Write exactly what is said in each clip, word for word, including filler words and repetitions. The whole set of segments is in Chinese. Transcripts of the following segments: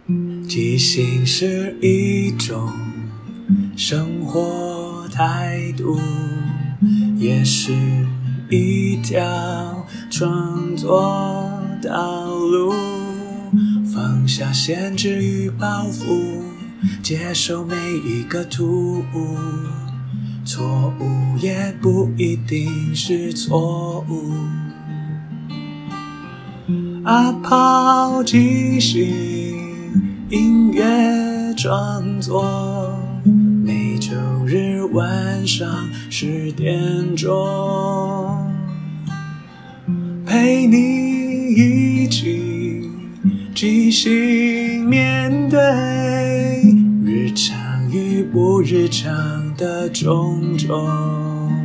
即兴是一种生活态度，也是一条创作道路。放下限制与包袱，接受每一个突兀，错误也不一定是错误。阿炮即兴音乐创作，每周日晚上十点钟，陪你一起即兴面对日常与不日常的种种。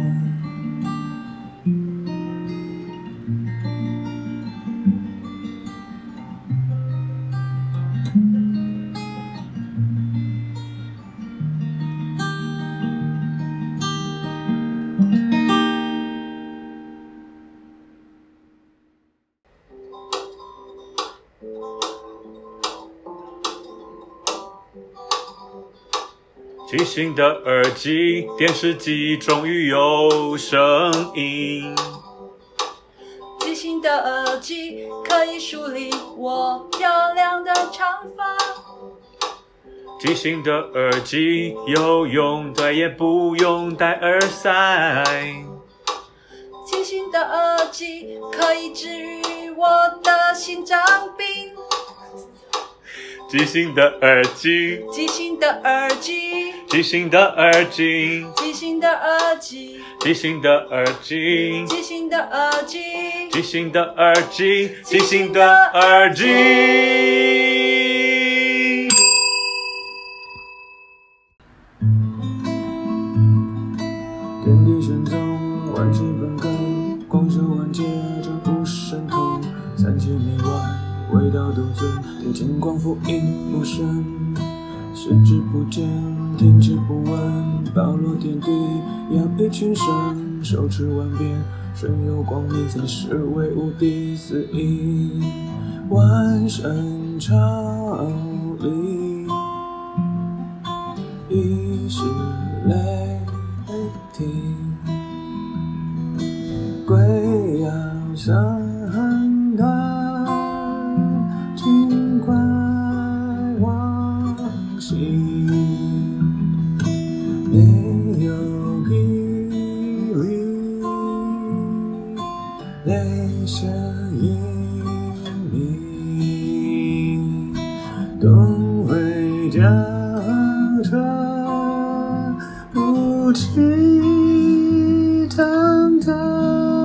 即兴的耳机，电视机终于有声音。 即兴的耳机可以梳理我漂亮的长发。 即兴的耳机有用戴也不用戴耳塞。 即兴的耳机可以治愈我的心脏病。 即兴的耳机， 即兴的耳机， 即兴的耳机， 即兴的耳机， 即兴的耳机， 即兴的耳机， 即兴的耳机，即兴的耳机。 天地玄宗，万事本根，光手万界，这不神通，三界内外味道独尊，铁金光复印无声，视之不见，听之不闻，包罗天地，养育群生，手持万变，身有光明，三世为无敌，四意万神朝礼，一世雷霆，归阳相尽怪往昔，没有霹雳，雷声隐秘，东回驾车，雾气腾腾。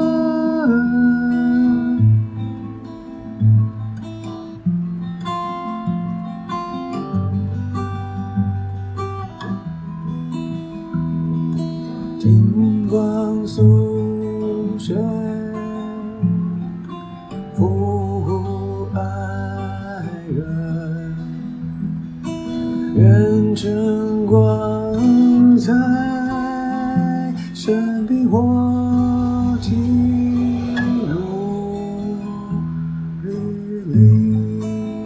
金光素雪，抚爱人，愿晨光彩，神笔火进入日里，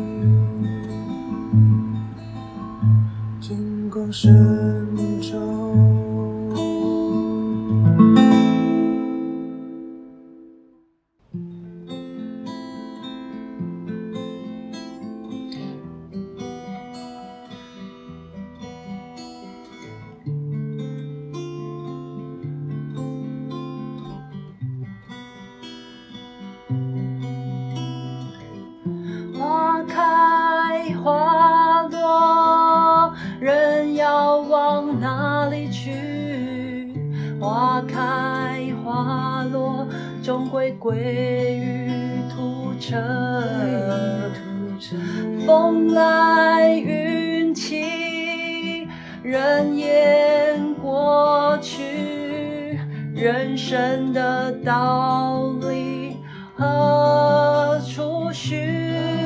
金光深重。 花开花落，人要往哪里去？花开花落，终归归于土尘。风来云起，人言过去，人生的道理何处寻？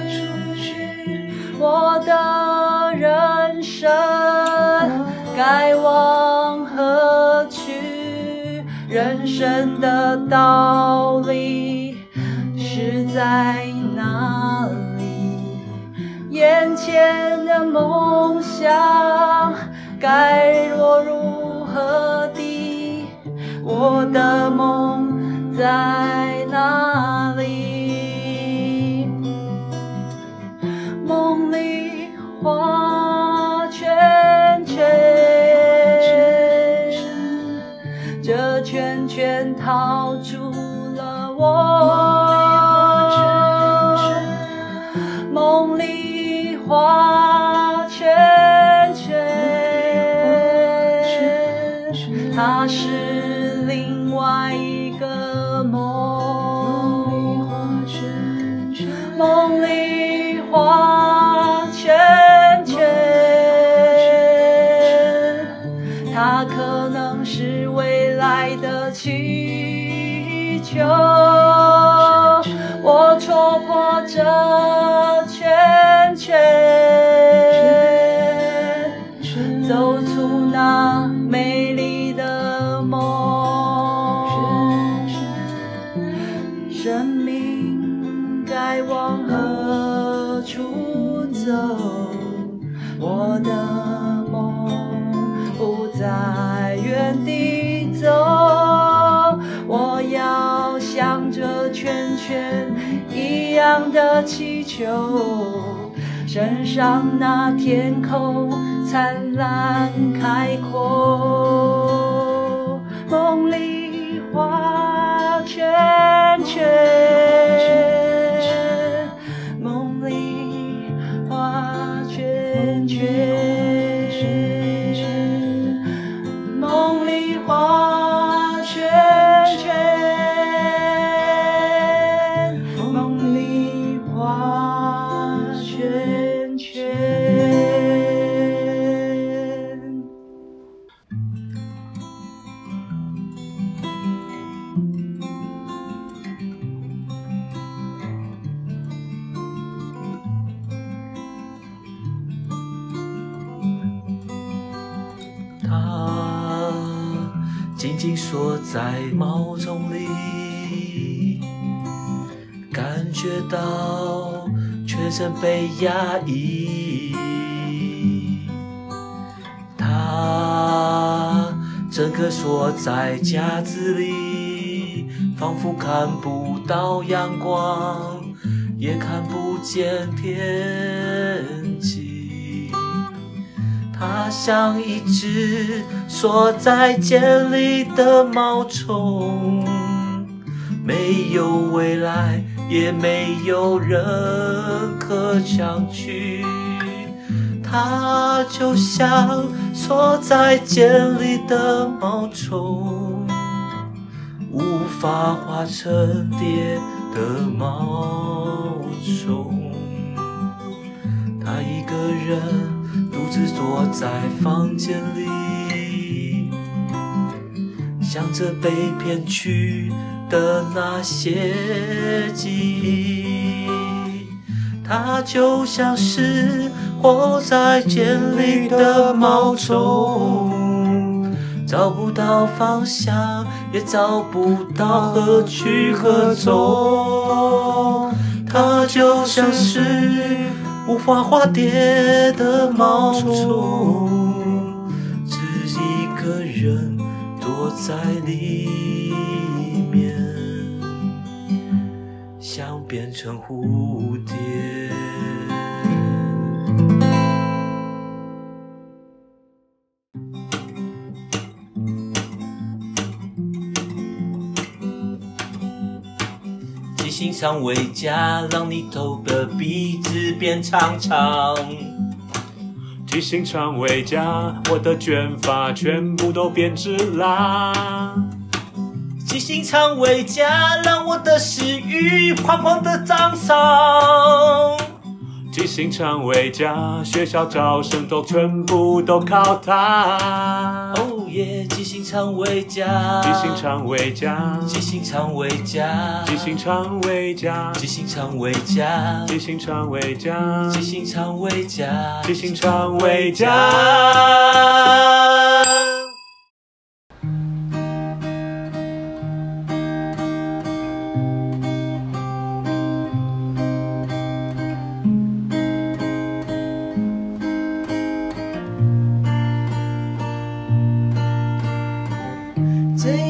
我的人生该往何去？人生的道理是在哪里？眼前的梦想该落入何地？我的梦在哪里？梦里画圈圈，这圈圈套住了我。梦里画圈圈，它是另外一个梦。梦里画圈圈，它可能是未来的气球。我戳破这圈圈，走出那美丽的梦。生命该往何处走？我的梦不在原地走，我要向着圈圈一样的气球，身上那天空灿烂开阔。梦里画圈圈，梦里画圈圈，梦里画圈圈，梦里画圈圈。 它静静缩在毛丛里，感觉到全身被压抑。它整个缩在夹子里，仿佛看不到阳光，也看不见天气。它像一只缩在茧里的毛虫，没有未来，也没有人可抢去。它就像缩在茧里的毛虫，无法化成蝶的毛虫。他一个人独自坐在房间里，想着被骗去的那些记忆。它就像是活在茧里的毛虫，找不到方向，也找不到何去何从。它就像是无法化蝶的毛虫，只一个人躲在里面，想变成蝴蝶。记性肠胃夹，让你头的鼻子变长长。 记性肠胃夹，我的卷发全部都变直啦。 记性肠胃夹，让我的食欲狂狂的涨上。 记性肠胃夹，学校招生都全部都靠它。 哦耶！记性肠胃夹， 记性肠胃夹， 记性肠胃夹， 记性肠胃夹， 记性肠胃夹， 记性肠胃夹， 记性肠胃夹， 记性肠胃夹。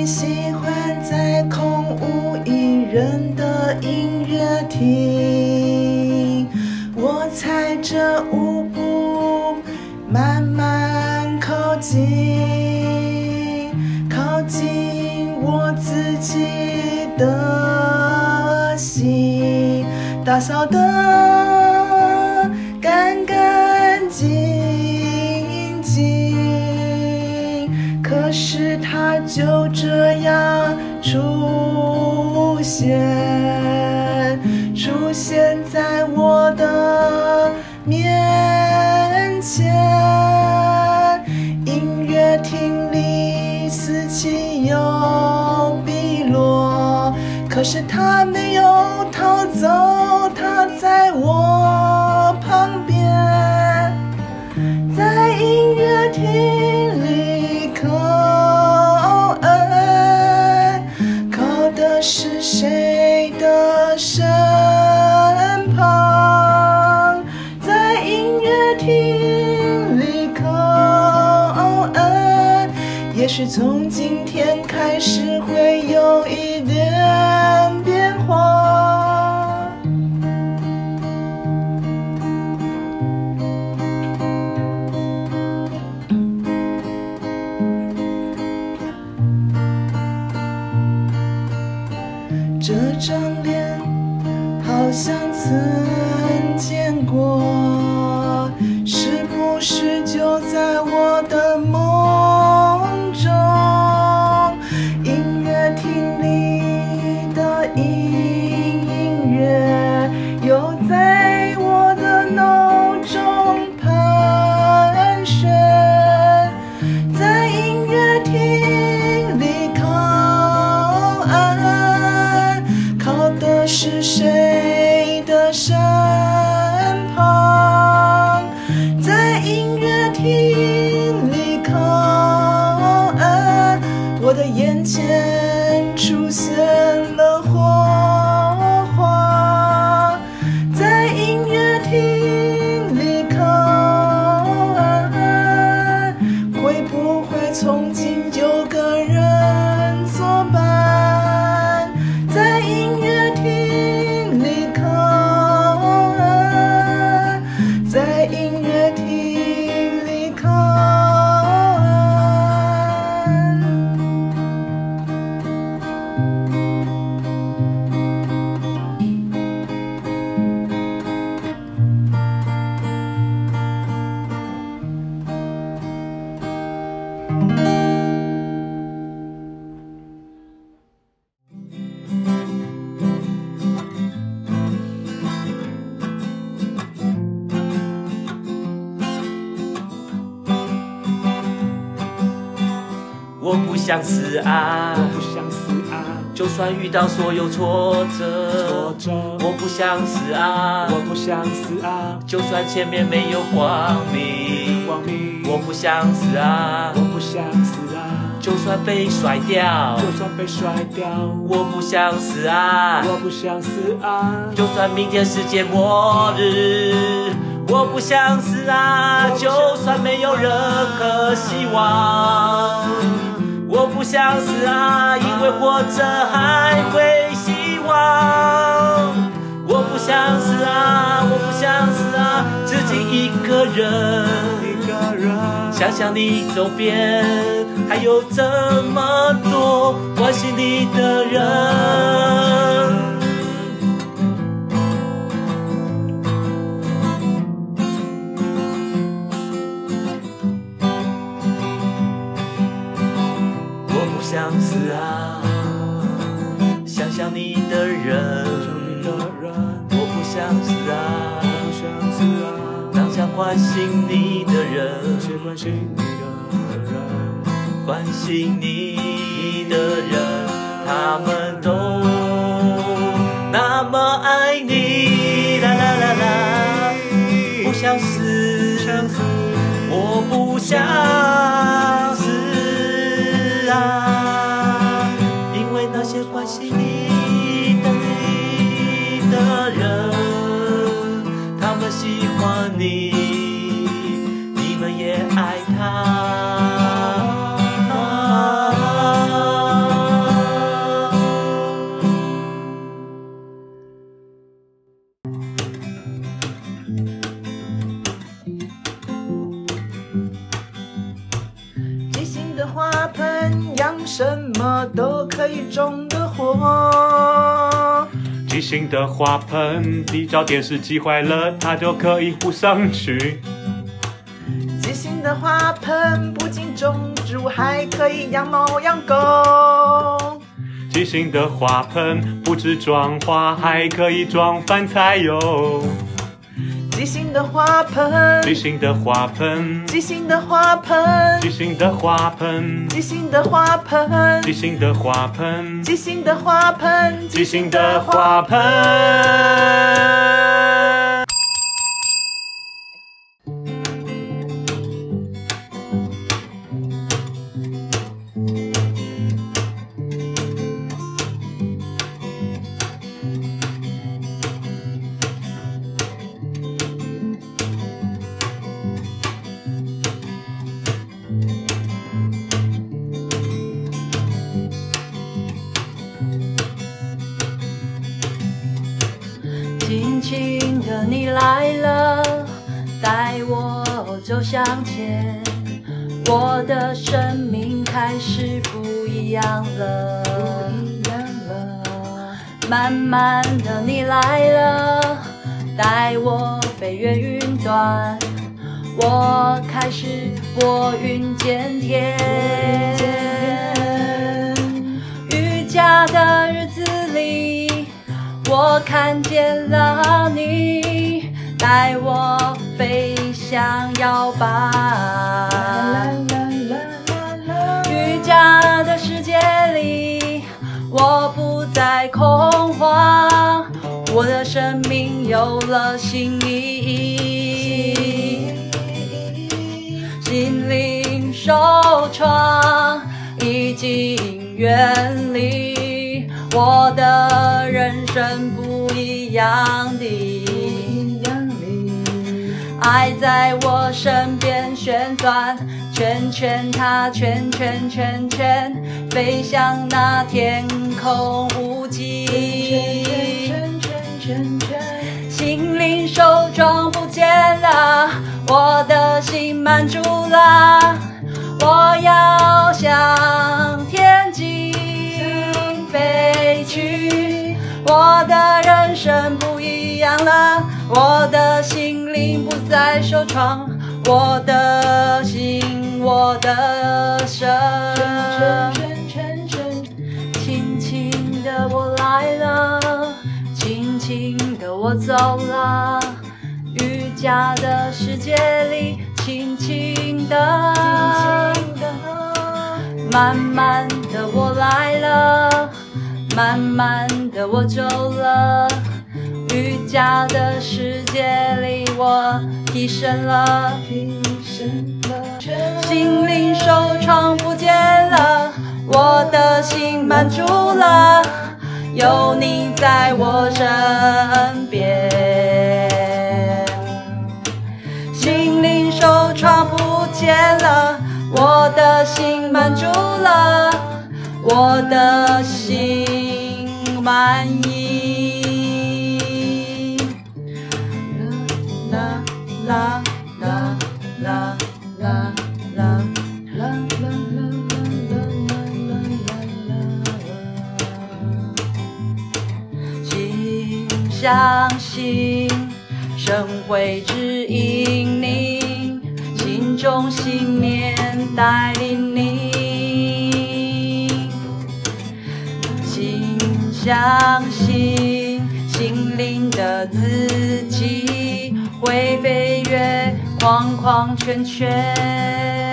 喜欢在空无一人的音乐厅，我踩着舞步慢慢靠近，靠近我自己的心，打扫的干干净净，可是它就这样出现，出现在我的面前。音乐厅里此起又彼落，可是它没有逃走，它在我旁边。在音乐厅里靠岸，靠的是谁的身旁？在音乐厅里靠岸，也许从今天开始会有一点变化。这张脸好像曾见过，是不是就在我的梦中？音乐厅里的音乐又在我的脑中盘旋，在音乐厅里靠岸，靠的是谁的身旁？在音乐厅里靠岸，我的眼前出现了火花。在音乐厅里靠岸，会不会从今就跟人作伴？在音乐厅里靠岸，在音乐厅里靠岸。 我不想死啊， 我不想死啊， 就算遇到所有挫折， 挫折， 我不想死啊， 我不想死啊， 就算前面没有光明， 光明， 我不想死啊， 我不想死啊， 就算被甩掉， 就算被甩掉， 我不想死啊， 我不想死啊， 就算明天世界末日，我不想死啊，就算没有任何希望，我不想死啊，因为活着还会希望。我不想死啊，我不想死啊，自己一个人， 一个人， 想想你周边还有这么多关心你的人。我不想死啊，想想你的人，我不想死啊， 不想死啊， 当下关心你的人， 是关心你的人， 关心你的人，他们都那么爱你，啦啦啦啦，不想死，我不想死啊，因为那些关心你的你的人，他们喜欢你，你们也爱他。 什么都可以种的火。 即兴的花盆，地找电视机坏了，它就可以糊上去。 即兴的花盆不仅种植物，还可以养猫养狗。 即兴的花盆不止装花，还可以装饭菜哟。 即兴的花盆， 即兴的花盆， 即兴的花盆， 即兴的花盆， 即兴的花盆， 即兴的花盆， 即兴的花盆， 即兴的花盆。 轻轻的你来了，带我走向前，我的生命开始不一样了。慢慢的你来了，带我飞越云端，我开始拨云见天。瑜伽的日子里，我看见了你，带我飞向摇摆。瑜伽的世界里，我不再恐慌，我的生命有了新意义。心灵受创已经远离，我的人生不一样的，爱在我身边旋转，圈圈它圈圈圈圈，飞向那天空无际。心灵手中不见了，我的心满足了，我要向天际飞去。我的人生不一样了，我的心灵不再受创，我的心，我的生。轻轻的我来了，轻轻的我走了，瑜伽的世界里，轻轻的，慢慢的我来了，慢慢的我走了，瑜伽的世界里我提升了，心灵受创不见了，我的心满足了，有你在我身边。心灵受创不见了，我的心满足了，我的心满意。啦啦啦啦啦啦啦啦请相信神会指引你，心中信念带领你，请相信心灵的自己会飞越框框圈圈。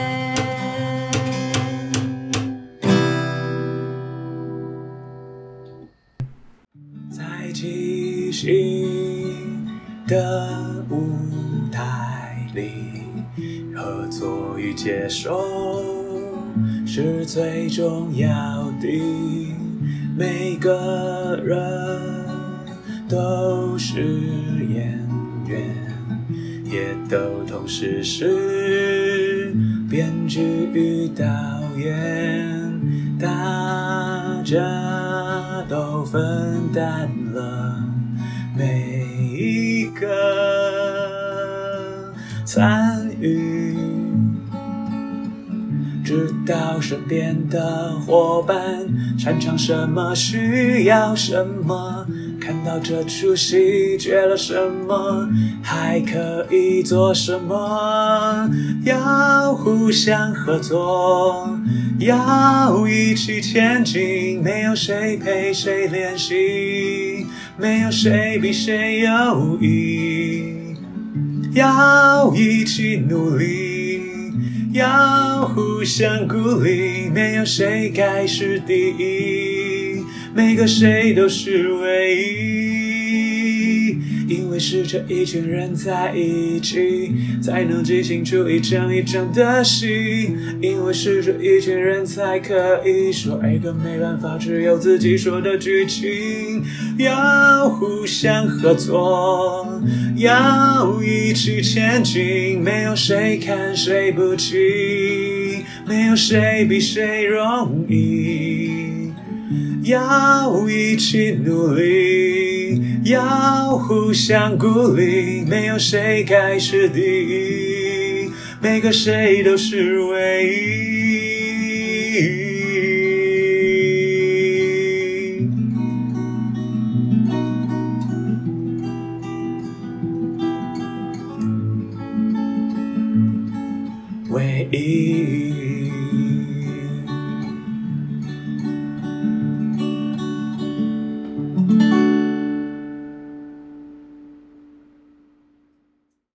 在即兴的舞台里，合作与接受是最重要的。每个人都是演员，也都同时是编剧与导演，大家都分担了每一个参与，只知道身边的伙伴擅长什么，需要什么，看到这出戏缺了什么，还可以做什么，要互相合作，要一起前进，没有谁陪谁练习，没有谁比谁优异，要一起努力，要互相鼓励，没有谁该是第一，每个谁都是唯一，因为是这一群人在一起，才能即兴出一场一场的戏，因为是这一群人才可以说一个没办法只有自己说的剧情，要互相合作，要一起前进，没有谁看谁不起，没有谁比谁容易，要一起努力，要互相鼓励，没有谁该是第一，每个谁都是唯一。唯一